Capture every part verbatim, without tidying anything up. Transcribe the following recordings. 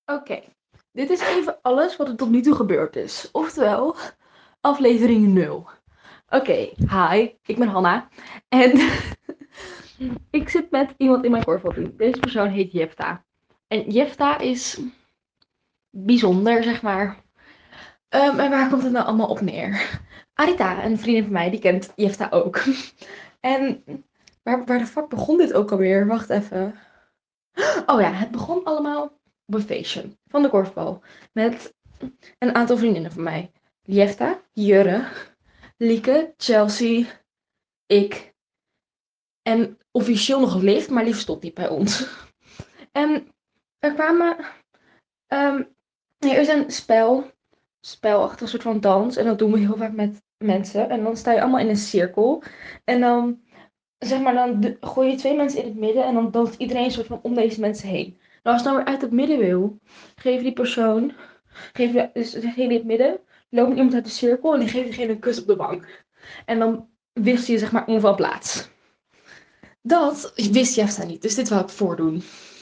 Oké, dit is even alles wat er tot nu toe gebeurd is. Oftewel, aflevering nul. Oké, hi, ik ben Hanna. En ik zit met iemand in mijn korfbalteam. Deze persoon heet Jefta. En Jefta is bijzonder, zeg maar. Um, en waar komt het nou allemaal op neer? Arita, een vriendin van mij, die kent Jefta ook. En waar, waar de fuck begon dit ook alweer? Wacht even. Oh ja, het begon allemaal op een feestje van de korfbal. Met een aantal vriendinnen van mij. Jefta, Jurre, Lieke, Chelsea, ik. En officieel nog Liv, maar Liv stopt niet bij ons. En er kwamen... Um, er is een spel, spelachtig soort van dans. En dat doen we heel vaak met mensen. En dan sta je allemaal in een cirkel. En dan, zeg maar, dan gooi je twee mensen in het midden. En dan danst iedereen een soort van om deze mensen heen. Nou, als je nou weer uit het midden wil, geef die persoon... Geef je, dus degene in het midden, loopt iemand uit de cirkel en die geeft diegene een kus op de wang. En dan wist je zeg maar om van plaats. Dat wist Jefta niet, dus dit wil ik voordoen.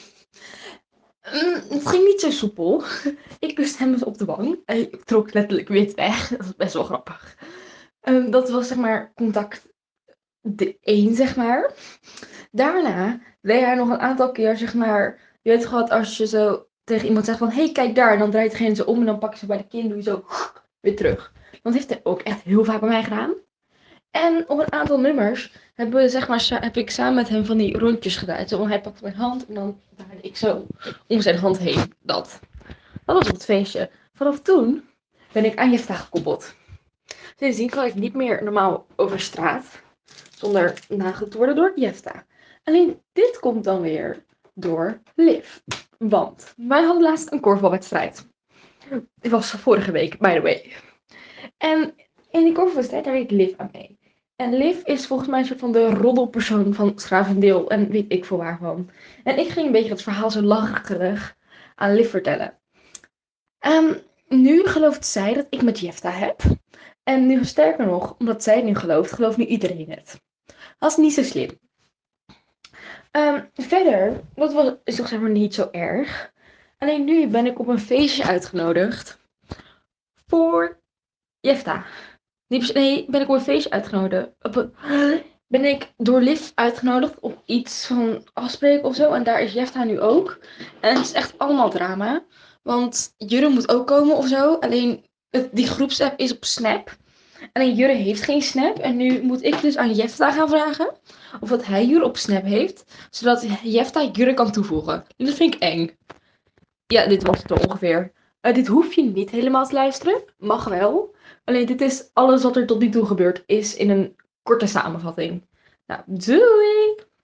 Mm, het ging niet zo soepel. Ik kuste hem dus op de wang. Hij trok letterlijk wit weg. Dat was best wel grappig. Um, dat was zeg maar contact de één, zeg maar. Daarna deed hij nog een aantal keer, zeg maar... Je weet gehad als je zo tegen iemand zegt van... Hé, hey, kijk daar. En dan draait degene zo om en dan pak je ze bij de kin. Doe je zo weer terug. Dat heeft hij ook echt heel vaak bij mij gedaan. En op een aantal nummers hebben we, zeg maar, heb ik samen met hem van die rondjes gedaan. Zo, hij pakte mijn hand en dan draaide ik zo om zijn hand heen. Dat. Dat was op het feestje. Vanaf toen ben ik aan Jefta gekoppeld. Sindsdien kan ik niet meer normaal over straat zonder nageld te worden door Jefta. Alleen dit komt dan weer door Liv. Want wij hadden laatst een korfbalwedstrijd. Die was vorige week, by the way. En in die korfbalwedstrijd daar deed Liv aan mee. En Liv is volgens mij een soort van de roddelpersoon van Schravendeel en weet ik veel waarvan. En ik ging een beetje het verhaal zo lacherig aan Liv vertellen. Um, nu gelooft zij dat ik met Jefta heb. En nu sterker nog, omdat zij het nu gelooft, gelooft nu iedereen het. Dat is niet zo slim. Um, verder, dat was, is toch zeg maar niet zo erg. Alleen nu ben ik op een feestje uitgenodigd voor Jefta. Nee, ben ik op een feestje uitgenodigd. Op een, ben ik door Liv uitgenodigd op iets van afspreken of zo. En daar is Jefta nu ook. En het is echt allemaal drama. Want Jurre moet ook komen of zo. Alleen het, die groepsapp is op Snap. Alleen Jurre heeft geen Snap. En nu moet ik dus aan Jefta gaan vragen of dat hij Jurre op Snap heeft. Zodat Jefta Jurre kan toevoegen. Dat vind ik eng. Ja, dit was het er ongeveer. Uh, dit hoef je niet helemaal te luisteren. Mag wel. Alleen dit is alles wat er tot nu toe gebeurd is in een korte samenvatting. Nou, doei!